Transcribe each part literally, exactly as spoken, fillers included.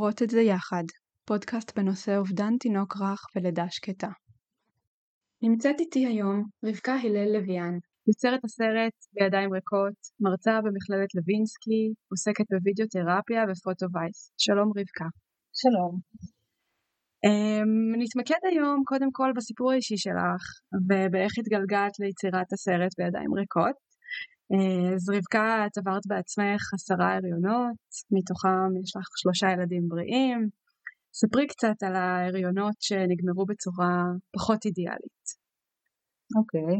עוברות את זה יחד, פודקאסט בנושא אובדן תינוק רך ולידה שקטה. נמצאת איתי היום רבקה הלל לויאן, יוצרת הסרט בידיים ריקות, מרצה במכללת לוינסקי, עוסקת בווידאותרפיה ופוטו-וייס. שלום רבקה. שלום. Um, נתמקד היום קודם כל בסיפור האישי שלך, ובאיך התגלגלת ליצירת הסרט בידיים ריקות. אז רבקה, את עברת בעצמך עשרה הריונות, מתוכם יש לך שלושה ילדים בריאים. ספרי קצת על ההריונות שנגמרו בצורה פחות אידיאלית. אוקיי.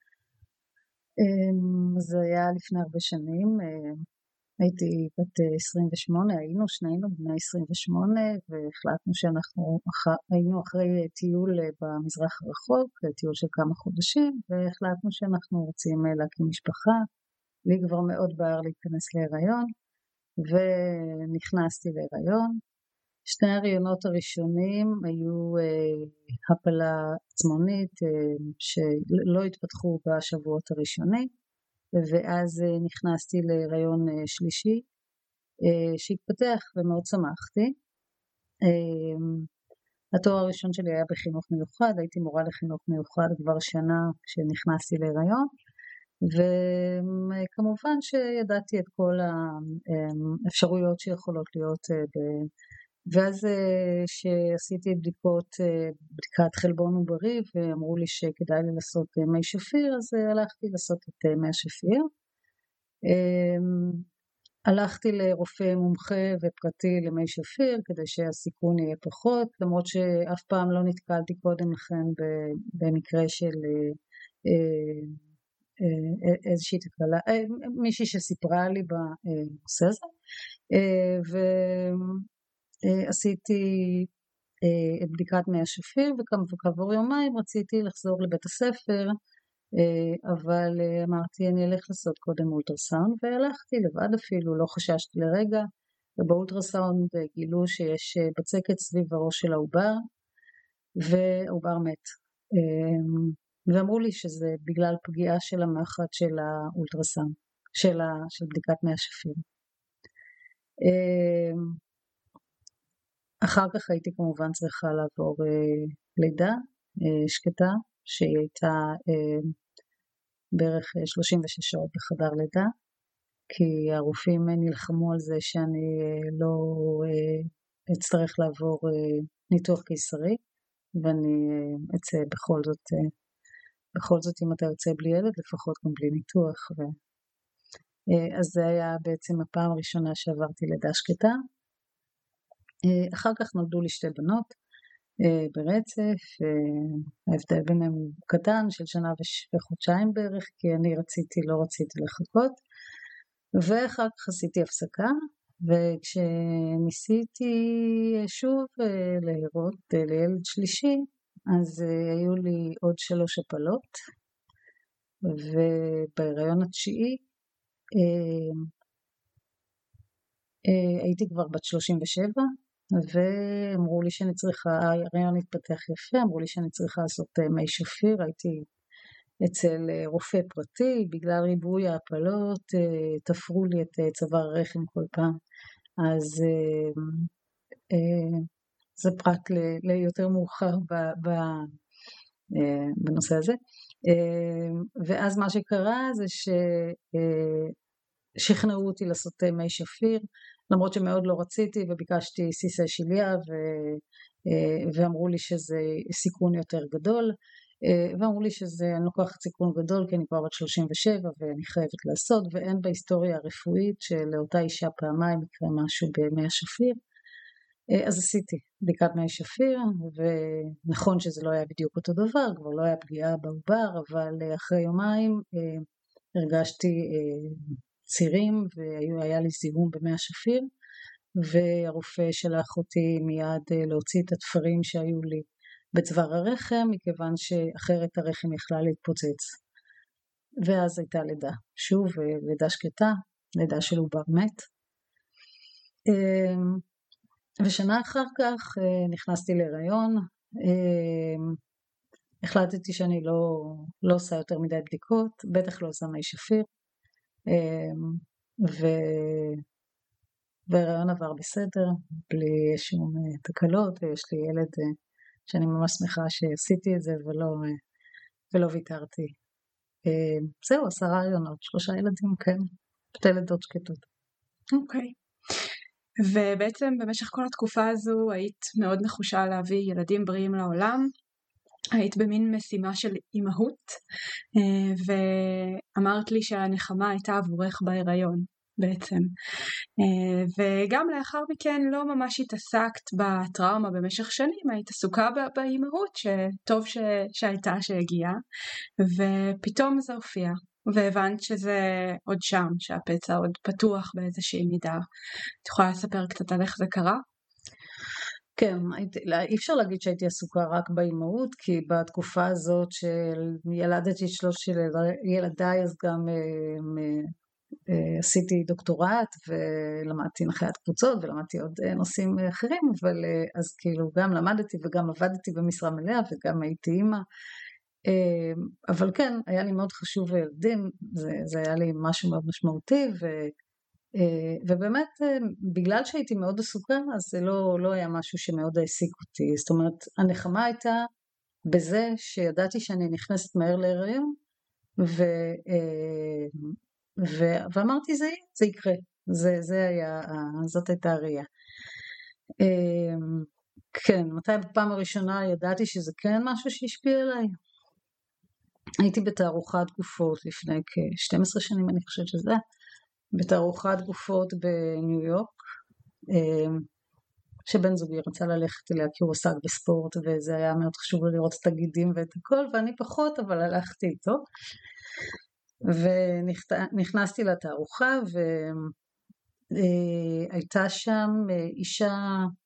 זה היה לפני הרבה שנים, הייתי בת עשרים ושמונה, היינו שנינו בני עשרים ושמונה, והחלטנו שאנחנו היינו אחרי טיול במזרח הרחוק, טיול של כמה חודשים, והחלטנו שאנחנו רוצים להקים משפחה. לי כבר מאוד בער להיכנס להיריון, ונכנסתי להיריון. שני ההריונות הראשונים היו אה, הפלה עצמונית אה, שלא התפתחו בשבועות הראשונים, ואז אה, נכנסתי להיריון אה, שלישי אה, שהתפתח ומאוד שמחתי. אה, התואר הראשון שלי היה בחינוך מיוחד, הייתי מורה לחינוך מיוחד כבר שנה כשנכנסתי להיריון, וכמובן שידעתי את כל האפשרויות שיכולות להיות ב... ואז שעשיתי בדיקות, בדיקת חלבון עוברי, ואמרו לי שכדאי לי לעשות מי שפיר, אז הלכתי לעשות את מי השפיר. הלכתי לרופא מומחה ופרטי למי שפיר, כדי שהסיכון יהיה פחות, למרות שאף פעם לא נתקלתי קודם לכן במקרה של איזושהי תקלה, מישהי שסיפרה לי בנושא הזה, ועשיתי את בדיקת מי השפיר, וכעבור יומיים רציתי לחזור לבית הספר, אבל אמרתי אני אלך לעשות קודם אולטרסאונד, והלכתי לבד אפילו, לא חששתי לרגע, ובאולטרסאונד גילו שיש בצקת סביב הראש של העובר, והעובר מת. ואמרו לי שזה בגלל פגיעה של המחט של האולטרסאונד, של, ה, של בדיקת מי השפיר. אחר כך הייתי כמובן צריכה לעבור לידה שקטה, שהיא הייתה בערך שלושים ושש שעות בחדר לידה, כי הרופאים נלחמו על זה שאני לא אצטרך לעבור ניתוח קיסרי, ואני אצא בכל זאת, בכל זאת אם אתה יוצא בלי ילד, לפחות גם בלי ניתוח. ו... אז זה היה בעצם הפעם הראשונה שעברתי לידה שקטה. אחר כך נולדו לי שתי בנות ברצף, ההבדל ביניהם קטן של שנה וחודשיים בערך, כי אני רציתי, לא רציתי לחכות, ואחר כך עשיתי הפסקה, וכשניסיתי שוב להירות לילד שלישי, אז היו לי עוד שלוש הפלות, ובהיריון התשיעי הייתי כבר בת שלושים ושבע, ואמרו לי שאני צריכה, ההיריון התפתח יפה, אמרו לי שאני צריכה לעשות מי שפיר, הייתי אצל רופא פרטי, בגלל ריבוי ההפלות, תפרו לי את צוואר הרחם כל פעם, אז זה פרט ליותר מאוחר בנושא הזה. ואז מה שקרה זה ששכנעו אותי לעשות מי שפיר, למרות שמאוד לא רציתי וביקשתי סיסי שליה, ו... ואמרו לי שזה סיכון יותר גדול, ואמרו לי שזה אני לוקחת סיכון גדול כי אני כבר בת שלושים ושבע ואני חייבת לעשות, ואין בהיסטוריה הרפואית שלאותה אישה פעמיים יקרה משהו במי השפיר. אז עשיתי בדיקת מי שפיר, ונכון שזה לא היה בדיוק אותו דבר, כבר לא היה פגיעה בעובר, אבל אחרי יומיים הרגשתי צירים, והיה לי זיהום במי השפיר, והרופא שלח אותי מיד להוציא את התפרים שהיו לי בצוואר הרחם, מכיוון שאחרת הרחם יכלה להתפוצץ. ואז הייתה לידה, שוב לידה שקטה, לידה של עובר מת. ושנה אחר כך נכנסתי להיריון, החלטתי שאני לא, לא עושה יותר מדי בדיקות, בטח לא עושה מי שפיר, והרעיון עבר בסדר, בלי שום תקלות, ויש לי ילד שאני ממש שמחה שעשיתי את זה ולא, ולא ויתרתי. זהו, עשרה הריונות, שלושה ילדים, כן, שתי לידות שקטות. אוקיי. ובעצם במשך כל התקופה הזו היית מאוד נחושה להביא ילדים בריאים לעולם, היית במין משימה של אימהות, ואמרת לי שהנחמה הייתה עבורך בהיריון בעצם, וגם לאחר מכן לא ממש התעסקת בטראומה במשך שנים, היית עסוקה באימהות שטוב ש... שהייתה שהגיעה, ופתאום זה הופיע, והבנת שזה עוד שם, שהפצע עוד פתוח באיזושהי מידה. את יכולה לספר קצת על איך זה קרה? כן, אי אפשר להגיד שהייתי עסוקה רק באימהות, כי בתקופה הזאת שילדתי שלוש ילדיי, אז גם עשיתי דוקטורט ולמדתי נחיית קבוצות ולמדתי עוד נושאים אחרים, אבל אז כאילו גם למדתי וגם עבדתי במשרה מלאה וגם הייתי אימא, אבל כן, היה לי מאוד חשוב לילדים, זה, זה היה לי משהו מאוד משמעותי, ו, ובאמת בגלל שהייתי מאוד עסוקה, אז זה לא, לא היה משהו שמאוד העסיק אותי. זאת אומרת, הנחמה הייתה בזה שידעתי שאני נכנסת מהר להיריון, ו, ו, ואמרתי זה, זה יקרה, זה, זה היה, זאת הייתה הראייה. כן, מתי בפעם הראשונה ידעתי שזה כן משהו שהשפיע עליי? הייתי בתערוכת גופות לפני כ-שתים עשרה שנים, אני חושבת שזה, בתערוכת גופות בניו יורק, שבן זוגי רצה ללכת אליה כי הוא עסק בספורט, וזה היה מאוד חשוב לו לראות את הגידים ואת הכל, ואני פחות, אבל הלכתי איתו, ונכנסתי לתערוכה, והייתה שם אישה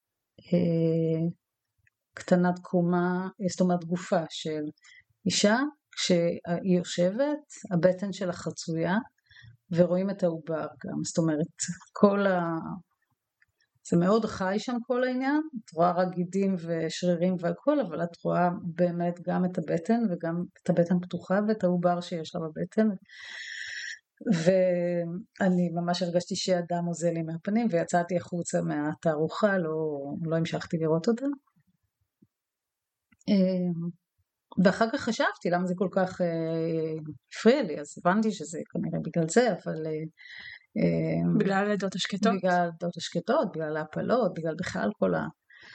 קטנת קומה, זאת אומרת גופה של אישה, כשהיא יושבת, הבטן שלה חצויה, ורואים את העובר גם, זאת אומרת, כל ה... זה מאוד חי שם כל העניין, את רואה רק גידים ושרירים והכל, אבל את רואה באמת גם את הבטן, וגם את הבטן פתוחה, ואת העובר שיש לה בבטן, ואני ממש הרגשתי שהדם עוזר לי מהפנים, ויצאתי החוצה מהתערוכה, לא, לא המשכתי לראות אותה. ואחר כך חשבתי למה זה כל כך הפריע לי, אז הבנתי שזה כנראה בגלל זה, אבל... בגלל הלידות השקטות? בגלל הלידות השקטות, בגלל ההפלות, בגלל בכלל כל ה...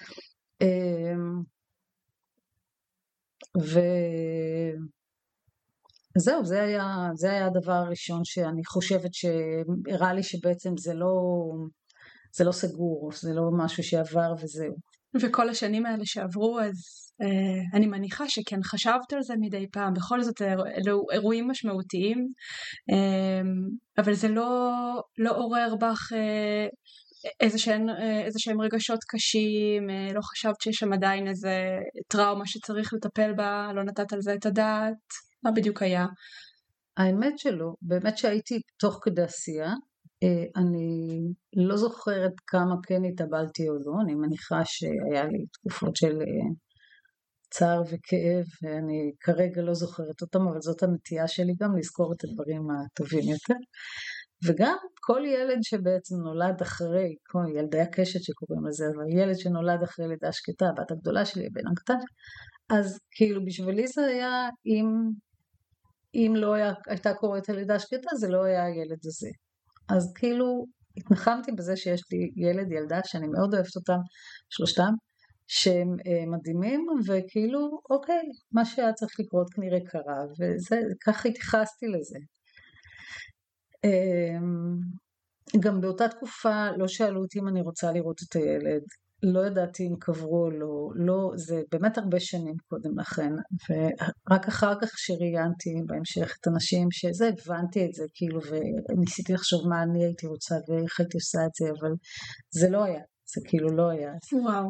וזהו, זה היה, זה היה הדבר הראשון שאני חושבת שהראה לי שבעצם זה לא, זה לא סגור, זה לא משהו שעבר וזהו. וכל השנים האלה שעברו, אז אה, אני מניחה שכן חשבת על זה מדי פעם, בכל זאת אלו אירועים משמעותיים, אה, אבל זה לא, לא עורר בך אה, איזשהם, אה, איזשהם רגשות קשים, אה, לא חשבת שיש שם עדיין איזה טראומה שצריך לטפל בה, לא נתת על זה את הדעת, מה בדיוק היה? האמת שלא, באמת שהייתי תוך כדי עשייה, אני לא זוכרת כמה כן התאבלתי או לא, אני מניחה שהיה לי תקופות של צער וכאב, ואני כרגע לא זוכרת אותם, אבל זאת הנטייה שלי גם לזכור את הדברים הטובים יותר. וגם כל ילד שבעצם נולד אחרי, כל ילדי הקשת שקוראים לזה, אבל ילד שנולד אחרי לידה שקטה, הבת הגדולה שלי, הבן הקטן, אז כאילו בשבילי זה היה, אם, אם לא היה, הייתה קוראת הלידה שקטה, זה לא היה הילד הזה. אז כאילו התנחמתי בזה שיש לי ילד, ילדה, שאני מאוד אוהבת אותם, שלושתם, שהם אה, מדהימים, וכאילו, אוקיי, מה שהיה צריך לקרות כנראה קרה, וזה, ככה התייחסתי לזה. אה, גם באותה תקופה לא שאלו אותי אם אני רוצה לראות את הילד, לא ידעתי אם קברו או לא, לא, זה באמת הרבה שנים קודם לכן, ורק אחר כך שראיינתי בהמשך את אנשים שזה, הבנתי את זה כאילו, וניסיתי לחשוב מה אני הייתי רוצה ואיך הייתי עושה את זה, אבל זה לא היה, זה כאילו לא היה. וואו.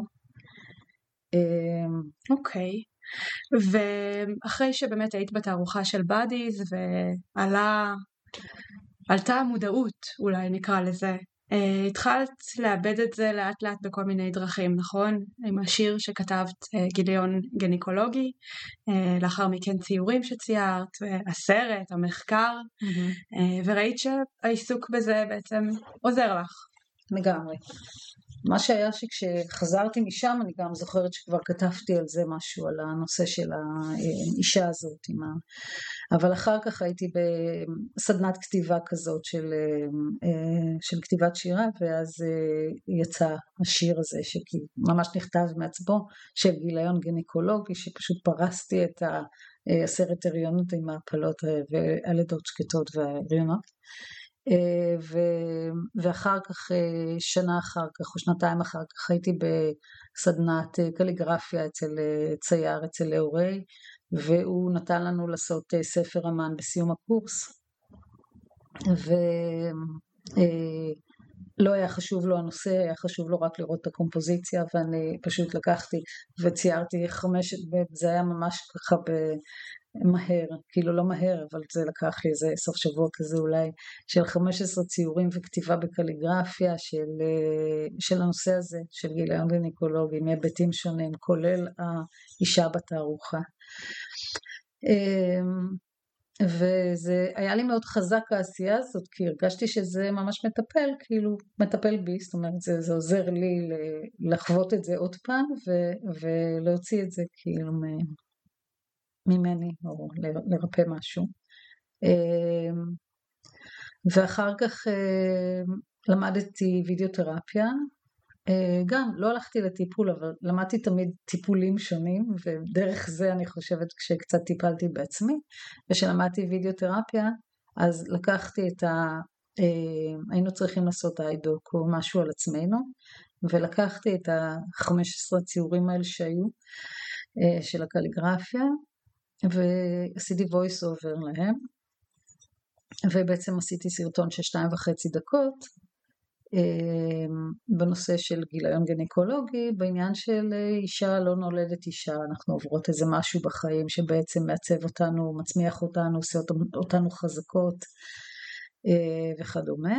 אוקיי. ואחרי שבאמת היית בתערוכה של בדיז, ועלה, עלתה המודעות, אולי נקרא לזה, Uh, התחלת לאבד את זה לאט לאט בכל מיני דרכים, נכון? עם השיר שכתבת, uh, גיליון גניקולוגי, uh, לאחר מכן ציורים שציירת, uh, הסרט, המחקר, mm-hmm. uh, וראית שהעיסוק בזה בעצם עוזר לך. לגמרי. מה שהיה שכשחזרתי משם אני גם זוכרת שכבר כתבתי על זה משהו, על הנושא של האישה הזאת, עם ה... אבל אחר כך הייתי בסדנת כתיבה כזאת של, של כתיבת שירה, ואז יצא השיר הזה שממש נכתב מעצמו, של גיליון גינקולוגי, שפשוט פרסתי את עשרת הריונות עם ההפלות והלידות שקטות וההריונות. ו... ואחר כך, שנה אחר כך או שנתיים אחר כך, הייתי בסדנת קליגרפיה אצל צייר, אצל לאורי, והוא נתן לנו לעשות ספר אמן בסיום הקורס, ולא היה חשוב לו הנושא, היה חשוב לו רק לראות את הקומפוזיציה, ואני פשוט לקחתי וציירתי חמשת, זה היה ממש ככה ב... מהר, כאילו לא מהר, אבל זה לקח לי איזה סוף שבוע כזה אולי, של חמישה עשר ציורים וכתיבה בקליגרפיה של, של הנושא הזה, של גיליון גינקולוגי, מהיבטים שונים, כולל האישה בתערוכה. וזה היה לי מאוד חזק העשייה הזאת, כי הרגשתי שזה ממש מטפל, כאילו מטפל בי, זאת אומרת, זה, זה עוזר לי לחוות את זה עוד פעם, ו, ולהוציא את זה כאילו מ... ממני, או לרפא משהו. ואחר כך למדתי וידאותרפיה, גם לא הלכתי לטיפול, אבל למדתי תמיד טיפולים שונים, ודרך זה אני חושבת כשקצת טיפלתי בעצמי, ושלמדתי וידאותרפיה, אז לקחתי את ה... היינו צריכים לעשות איידוק או משהו על עצמנו, ולקחתי את ה-חמישה עשר ציורים האלה שהיו, של הקליגרפיה, ועשיתי voice over להם, ובעצם עשיתי סרטון של שתיים וחצי דקות, בנושא של גיליון גינקולוגי, בעניין של אישה לא נולדת אישה, אנחנו עוברות איזה משהו בחיים שבעצם מעצב אותנו, מצמיח אותנו, עושה אותנו חזקות וכדומה,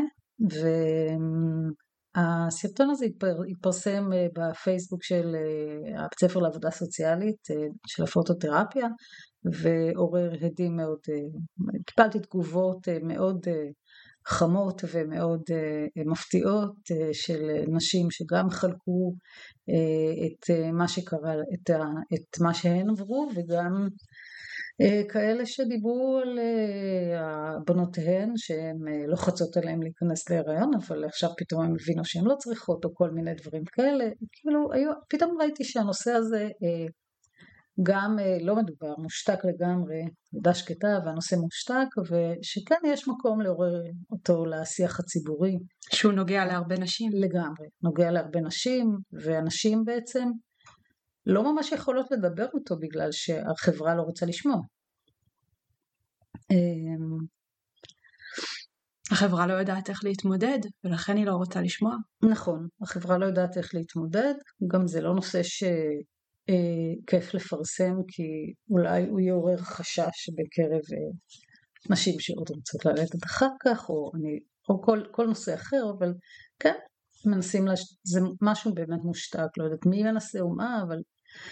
והסרטון הזה התפרסם בפייסבוק של בית ספר לעבודה סוציאלית של הפוטותרפיה, ועורר הדים מאוד, קיבלתי תגובות מאוד חמות ומאוד מפתיעות של נשים שגם חלקו את מה שקרה, את, את מה שהן עברו, וגם כאלה שדיברו על בנותיהן שהן לוחצות עליהן להיכנס להיריון, אבל עכשיו פתאום הם הבינו שהן לא צריכות או כל מיני דברים כאלה. כאילו היו, פתאום ראיתי שהנושא הזה גם לא מדובר, מושתק לגמרי, עבודה שקטה, והנושא מושתק, ושכן יש מקום לעורר אותו לשיח הציבורי. שהוא נוגע להרבה נשים. לגמרי, נוגע להרבה נשים, ואנשים בעצם לא ממש יכולות לדבר אותו, בגלל שהחברה לא רוצה לשמוע. החברה לא יודעת איך להתמודד, ולכן היא לא רוצה לשמוע. נכון, החברה לא יודעת איך להתמודד, גם זה לא נושא ש... כיף לפרסם, כי אולי הוא יעורר חשש בקרב נשים שעוד רוצות ללדת אחר כך, או, אני, או כל, כל נושא אחר, אבל כן, מנסים, לש... זה משהו באמת מושתק, לא יודעת מי מנסה ומה, אבל...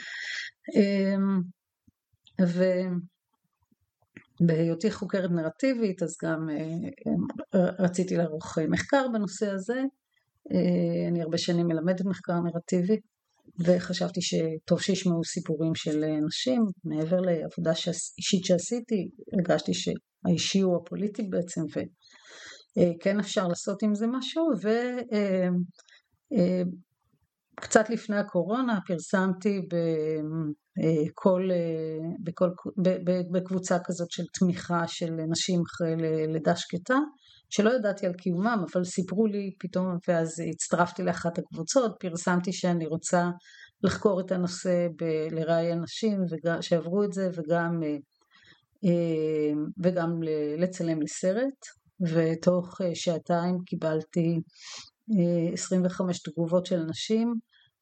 ובהיותי חוקרת נרטיבית, אז גם רציתי לערוך מחקר בנושא הזה, אני הרבה שנים מלמדת מחקר נרטיבי, וחשבתי שטוב שישמעו סיפורים של נשים, מעבר לעבודה אישית שעשיתי, הרגשתי שהאישי הוא הפוליטי בעצם, וכן אפשר לעשות עם זה משהו, וקצת לפני הקורונה פרסמתי בכל, בכל, בקבוצה כזאת של תמיכה של נשים אחרי לידה שקטה, שלא ידעתי על קיומם, אבל סיפרו לי פתאום, ואז הצטרפתי לאחת הקבוצות, פרסמתי שאני רוצה לחקור את הנושא, ב- לראיין נשים שעברו את זה, וגם, וגם לצלם לסרט, ותוך שעתיים קיבלתי עשרים וחמש תגובות של נשים,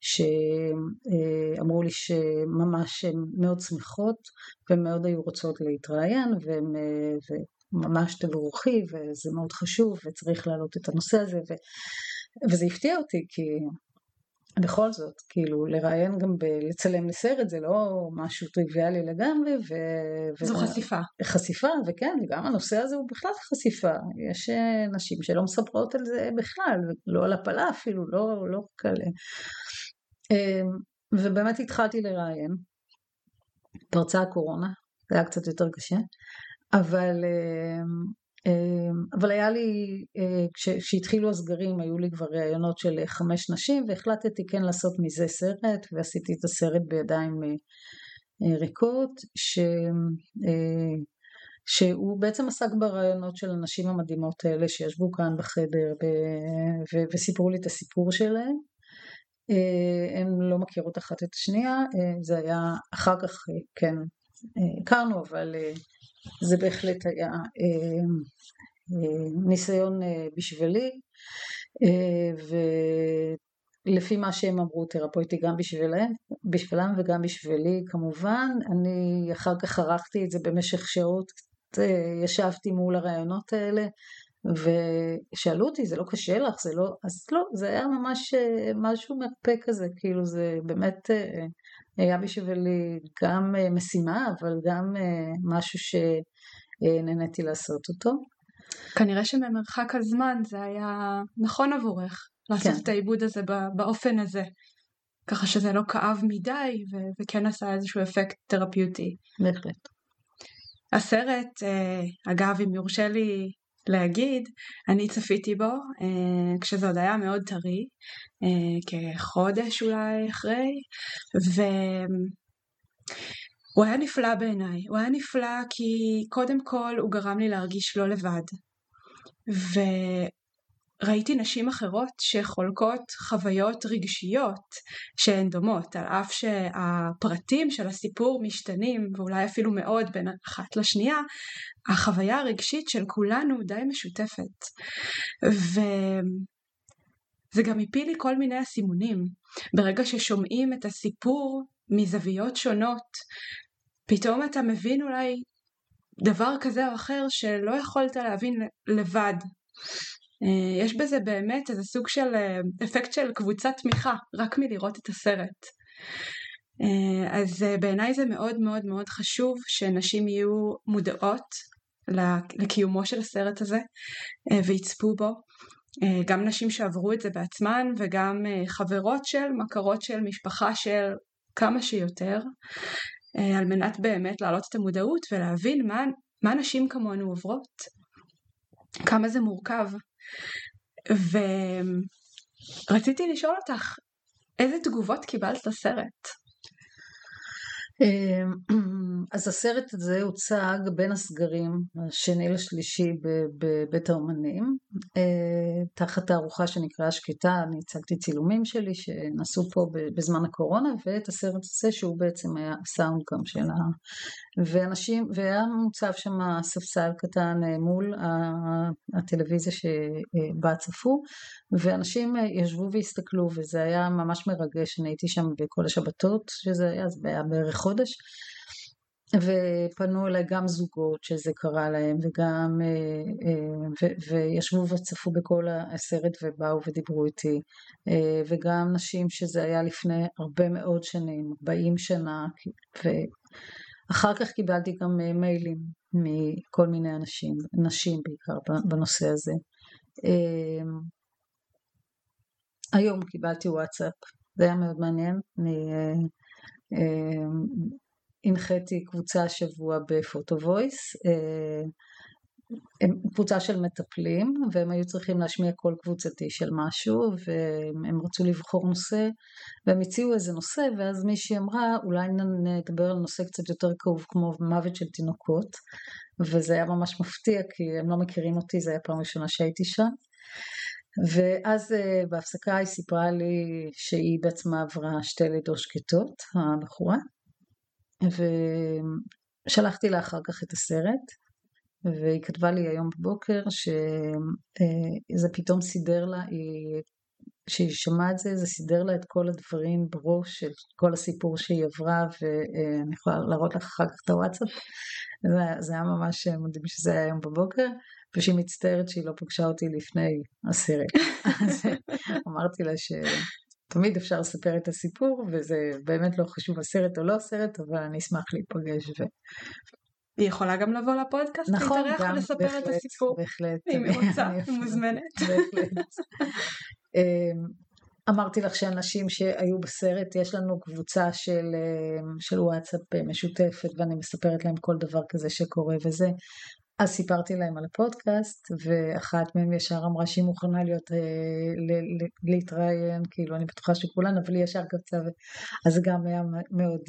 שאמרו לי שממש הן מאוד שמחות, ומאוד היו רוצות להתראיין, והן... ממש תבורכי, וזה מאוד חשוב, וצריך להעלות את הנושא הזה, ו... וזה הפתיע אותי, כי בכל זאת, כאילו, לראיין גם לצלם לסרט, זה לא משהו טריוויאלי לגמרי, ו... זו חשיפה. חשיפה, וכן, וגם הנושא הזה הוא בכלל חשיפה. יש נשים שלא מספרות על זה בכלל, לא על הפלה אפילו, לא, לא כאלה. ובאמת התחלתי לראיין, פרצה הקורונה, זה היה קצת יותר קשה, אבל... אבל היה לי, כשהתחילו הסגרים, היו לי כבר רעיונות של חמש נשים, והחלטתי כן לעשות מזה סרט, ועשיתי את הסרט בידיים ריקות, ש... שהוא בעצם עסק ברעיונות של הנשים המדהימות האלה, שישבו כאן בחדר, ו... וסיפרו לי את הסיפור שלהם. הן לא מכירות אחת את השנייה, זה היה אחר כך, כן, הכרנו, אבל זה בהחלט היה ניסיון בשבילי, ולפי מה שהם אמרו, תרפויטי גם בשבילם, בשבילם וגם בשבילי כמובן. אני אחר כך ערכתי את זה במשך שעות, ישבתי מול הרעיונות האלה, ושאלו אותי, זה לא קשה לך? זה לא, אז לא, זה היה ממש משהו מרפא כזה, כאילו זה באמת היה בשבילי גם משימה, אבל גם משהו שנהניתי לעשות אותו. כנראה שממרחק הזמן זה היה נכון עבורך, לעשות כן. את העיבוד הזה באופן הזה, ככה שזה לא כאב מדי, ו- וכן עשה איזשהו אפקט תרפיוטי. בהחלט. הסרט, אגב, אם יורשה לי להגיד, אני צפיתי בו, כשזה עוד היה מאוד טרי, כחודש אולי אחרי, והוא היה נפלא בעיניי. הוא היה נפלא כי קודם כל הוא גרם לי להרגיש לא לבד. וראיתי נשים אחרות שחולקות חוויות רגשיות שהן דומות, על אף שהפרטים של הסיפור משתנים, ואולי אפילו מאוד בין אחת לשנייה, החוויה הרגשית של כולנו די משותפת. וזה גם הפיל לי כל מיני הסימונים. ברגע ששומעים את הסיפור מזוויות שונות, פתאום אתה מבין אולי דבר כזה או אחר שלא יכולת להבין לבד. יש בזה באמת איזה סוג של אפקט של קבוצת תמיכה, רק מלראות את הסרט. אז בעיניי זה מאוד מאוד מאוד חשוב שנשים יהיו מודעות לקיומו של הסרט הזה ויצפו בו. גם נשים שעברו את זה בעצמן וגם חברות של, מכרות של, משפחה של, כמה שיותר, על מנת באמת להעלות את המודעות ולהבין מה, מה נשים כמונו עוברות, כמה זה מורכב. ורציתי לשאול אותך, איזה תגובות קיבלת לסרט? אז הסרט הזה הוצג בין הסגרים, השני לשלישי בבית האומנים, תחת תערוכה שנקראה שקטה. אני הצגתי צילומים שלי שנעשו פה בזמן הקורונה, ואת הסרט הזה שהוא בעצם היה סאונד גם שלה, ואנשים, והיה מוצב שם ספסל קטן מול הטלוויזיה שבה צפו, ואנשים ישבו והסתכלו, וזה היה ממש מרגש. אני הייתי שם בכל השבתות, שזה היה, זה היה בערך חודש, ופנו אליי גם זוגות שזה קרה להם, וגם, ו- וישבו וצפו בכל הסרט ובאו ודיברו איתי, וגם נשים שזה היה לפני הרבה מאוד שנים, ארבעים שנה, ואחר כך קיבלתי גם מיילים מכל מיני אנשים, נשים בעיקר בנושא הזה. היום קיבלתי וואטסאפ, זה היה מאוד מעניין. אני הנחיתי קבוצה השבוע בפוטו וויס, קבוצה של מטפלים, והם היו צריכים להשמיע קול קבוצתי של משהו, והם רצו לבחור נושא, והם הציעו איזה נושא, ואז מישהי אמרה, אולי נדבר על נושא קצת יותר כאוב כמו מוות של תינוקות, וזה היה ממש מפתיע, כי הם לא מכירים אותי, זה היה פעם ראשונה שהייתי שם. ואז בהפסקה היא סיפרה לי שהיא בעצמה עברה שתי לידות שקטות, הבחורה, ושלחתי לה אחר כך את הסרט, והיא כתבה לי היום בבוקר שזה פתאום סידר לה, כשהיא שמעה את זה, זה סידר לה את כל הדברים בראש של כל הסיפור שהיא עברה, ואני יכולה להראות לך אחר כך את הוואטסאפ. זה, זה היה ממש מדהים שזה היה היום בבוקר, ושהיא מצטערת שהיא לא פגשה אותי לפני הסרט. אז אמרתי לה ש... תמיד אפשר לספר את הסיפור, וזה באמת לא חשוב הסרט או לא הסרט, אבל אני אשמח להיפגש. ו... היא יכולה גם לבוא לפודקאסט, נכון, להתארח גם, ולספר בהחלט, את הסיפור. בהחלט. אם היא רוצה, היא מוזמנת. בהחלט. אמרתי לך שאנשים שהיו בסרט, יש לנו קבוצה של, של וואטסאפ משותפת, ואני מספרת להם כל דבר כזה שקורה וזה. אז סיפרתי להם על הפודקאסט, ואחת מהם ישר אמרה שהיא מוכנה להיות, ל- ל- להתראיין, כאילו אני בטוחה שכולן, אבל היא ישר קבצה, אז זה גם היה מאוד...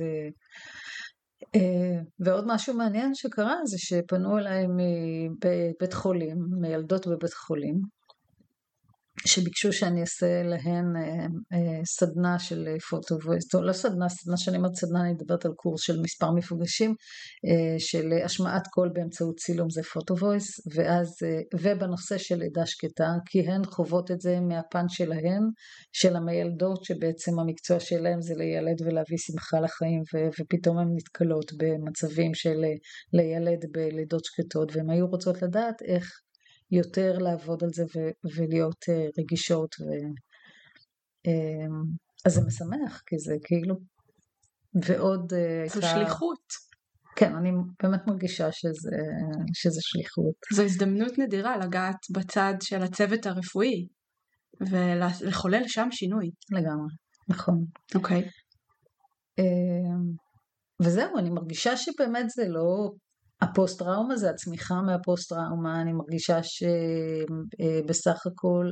ועוד משהו מעניין שקרה, זה שפנו אליי מבית חולים, מילדות בבית חולים, שביקשו שאני אעשה להן אה, אה, סדנה של פוטו-וויס, לא סדנה, סדנה שאני אומרת סדנה, אני מדברת על קורס של מספר מפוגשים, אה, של השמעת קול באמצעות צילום, זה פוטו-וויס, ואז, אה, ובנושא של לידה שקטה, כי הן חוות את זה מהפן שלהן, של המילדות, שבעצם המקצוע שלהן זה לילד ולהביא שמחה לחיים, ו, ופתאום הן נתקלות במצבים של לילד בלידות שקטות, והן היו רוצות לדעת איך, יותר לעבוד על זה ו- ולהיות uh, רגישות ו... um, אז זה משמח כי זה כאילו ועוד uh, זו הייתה... שליחות. כן, אני באמת מרגישה שזה, שזה שליחות. זו הזדמנות נדירה לגעת בצד של הצוות הרפואי ולחולל שם שינוי. לגמרי, נכון. אוקיי. um, וזהו, אני מרגישה שבאמת זה לא... הפוסט-טראומה זה הצמיחה מהפוסט-טראומה, אני מרגישה שבסך הכל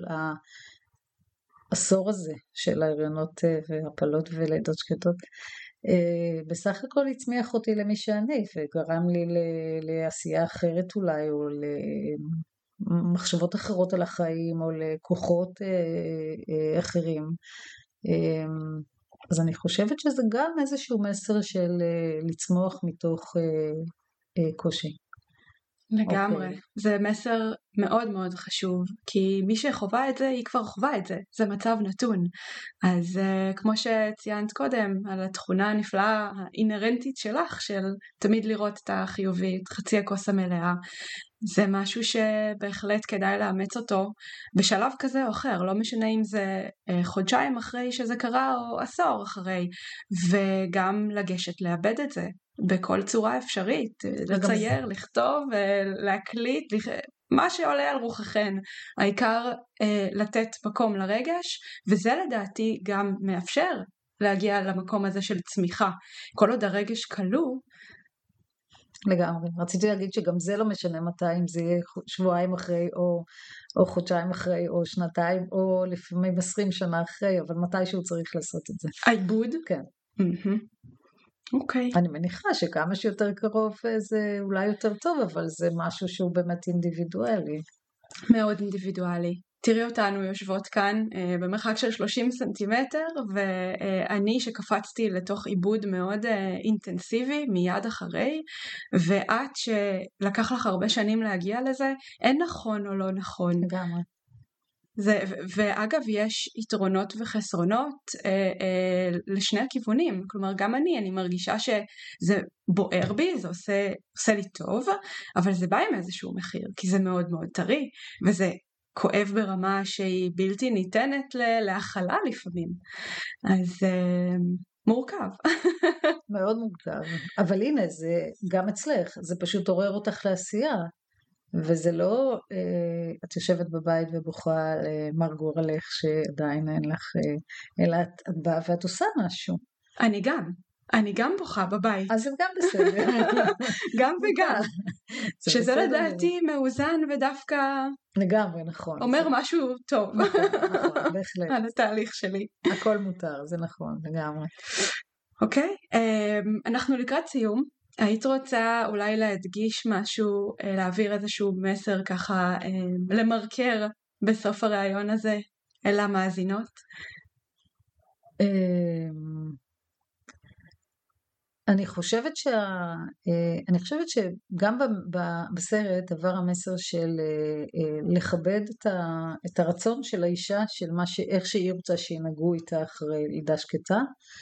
העשור הזה של ההריונות והפלות ולידות שקטות, בסך הכל הצמיח אותי למי שאני, וגרם לי לעשייה אחרת אולי, או למחשבות אחרות על החיים, או לכוחות אחרים. אז אני חושבת שזה גם איזשהו מסר של לצמוח מתוך... קושי. לגמרי. Okay. זה מסר מאוד מאוד חשוב, כי מי שחובה את זה, היא כבר חובה את זה. זה מצב נתון. אז uh, כמו שציינת קודם, על התכונה הנפלאה, האינרנטית שלך, של תמיד לראות את החיובית, חצי הכוס המלאה, זה משהו שבהחלט כדאי לאמץ אותו בשלב כזה או אחר, לא משנה אם זה uh, חודשיים אחרי שזה קרה, או עשור אחרי, וגם לגשת לאבד את זה. בכל צורה אפשרית, לצייר, לכתוב, להקליט, מה שעולה על רוחכן, העיקר אה, לתת מקום לרגש, וזה לדעתי גם מאפשר להגיע למקום הזה של צמיחה. כל עוד הרגש כלוא, לגמרי, רציתי להגיד שגם זה לא משנה מתי, אם זה יהיה שבועיים אחרי, או, או חודשיים אחרי, או שנתיים, או לפעמים עשרים שנה אחרי, אבל מתישהו צריך לעשות את זה. העיבוד? כן. Mm-hmm. אוקיי. אני מניחה שכמה שיותר קרוב זה אולי יותר טוב, אבל זה משהו שהוא באמת אינדיבידואלי. מאוד אינדיבידואלי. תראי אותנו יושבות כאן אה, במרחק של שלושים סנטימטר, ואני שקפצתי לתוך עיבוד מאוד אה, אינטנסיבי מיד אחרי, ואת שלקח לך הרבה שנים להגיע לזה, אין נכון או לא נכון. לגמרי. זה, ואגב יש יתרונות וחסרונות אה, אה, לשני הכיוונים, כלומר גם אני, אני מרגישה שזה בוער בי, זה עושה, עושה לי טוב, אבל זה בא עם איזשהו מחיר, כי זה מאוד מאוד טרי, וזה כואב ברמה שהיא בלתי ניתנת להכלה לפעמים, אז אה, מורכב. מאוד מורכב, אבל הנה זה גם אצלך, זה פשוט עורר אותך לעשייה. וזה לא, אה, את יושבת בבית ובוכה למר גורלך שעדיין אין לך, אה, אלא את, את באה ואת עושה משהו. אני גם, אני גם בוכה בבית. אז זה גם בסדר. גם וגם. שזה לדעתי מאוזן ודווקא... לגמרי, נכון. אומר זה... משהו טוב. נכון, נכון, בהחלט. על התהליך שלי. הכל מותר, זה נכון, לגמרי. אוקיי, אנחנו לקראת סיום. היית רוצה אולי להדגיש משהו, להעביר איזשהו מסר ככה, למרקר בסוף הראיון הזה אל המאזינות? אני חושבת שה... אני חושבת שגם בסרט עבר המסר של לכבד את, ה... את הרצון של האישה, של מה ש... איך שהיא רוצה שינהגו איתה אחרי לידה שקטה,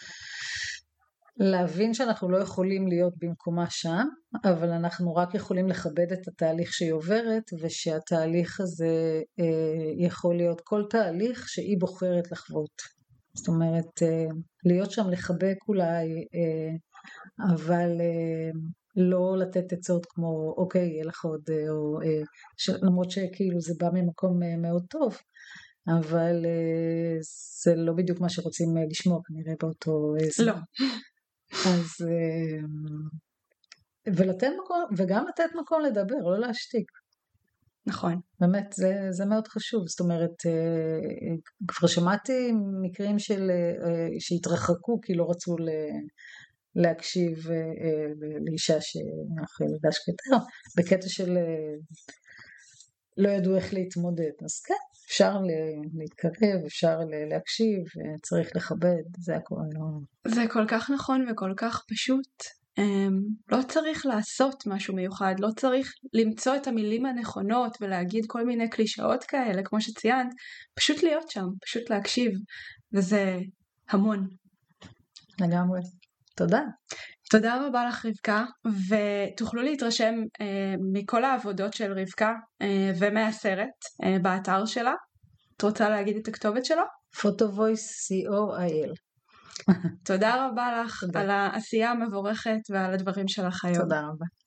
להבין שאנחנו לא יכולים להיות במקומה שם, אבל אנחנו רק יכולים לכבד את התהליך שהיא עוברת, ושהתהליך הזה אה, יכול להיות כל תהליך שהיא בוחרת לחוות. זאת אומרת, להיות שם לחבק אולי, אבל לא לתת עצות כמו, אוקיי, יהיה לך עוד, או, למרות שכאילו זה בא ממקום מאוד טוב, אבל זה לא בדיוק מה שרוצים לשמוע כנראה באותו זמן. לא. אז, ולתת מקום, וגם לתת מקום לדבר, לא להשתיק. נכון. באמת, זה, זה מאוד חשוב. זאת אומרת, כבר שמעתי מקרים של, שהתרחקו כי לא רצו להקשיב לאישה שאחרי לידה שקטה, בקטע של לא ידעו איך להתמודד. אז כן, אפשר להתקרב, אפשר להקשיב, צריך לכבד, זה הכל. זה כל כך נכון וכל כך פשוט. לא צריך לעשות משהו מיוחד, לא צריך למצוא את המילים הנכונות ולהגיד כל מיני קלישאות כאלה, כמו שציינת, פשוט להיות שם, פשוט להקשיב, וזה המון. לגמרי. תודה. תודה רבה לך רבקה, ותוכלו להתרשם אה, מכל העבודות של רבקה אה, ומהסרט אה, באתר שלה. את רוצה להגיד את הכתובת שלו? פוטו-וויס סי או איי אל. תודה רבה לך תודה. על העשייה המבורכת ועל הדברים שלך היום. תודה רבה.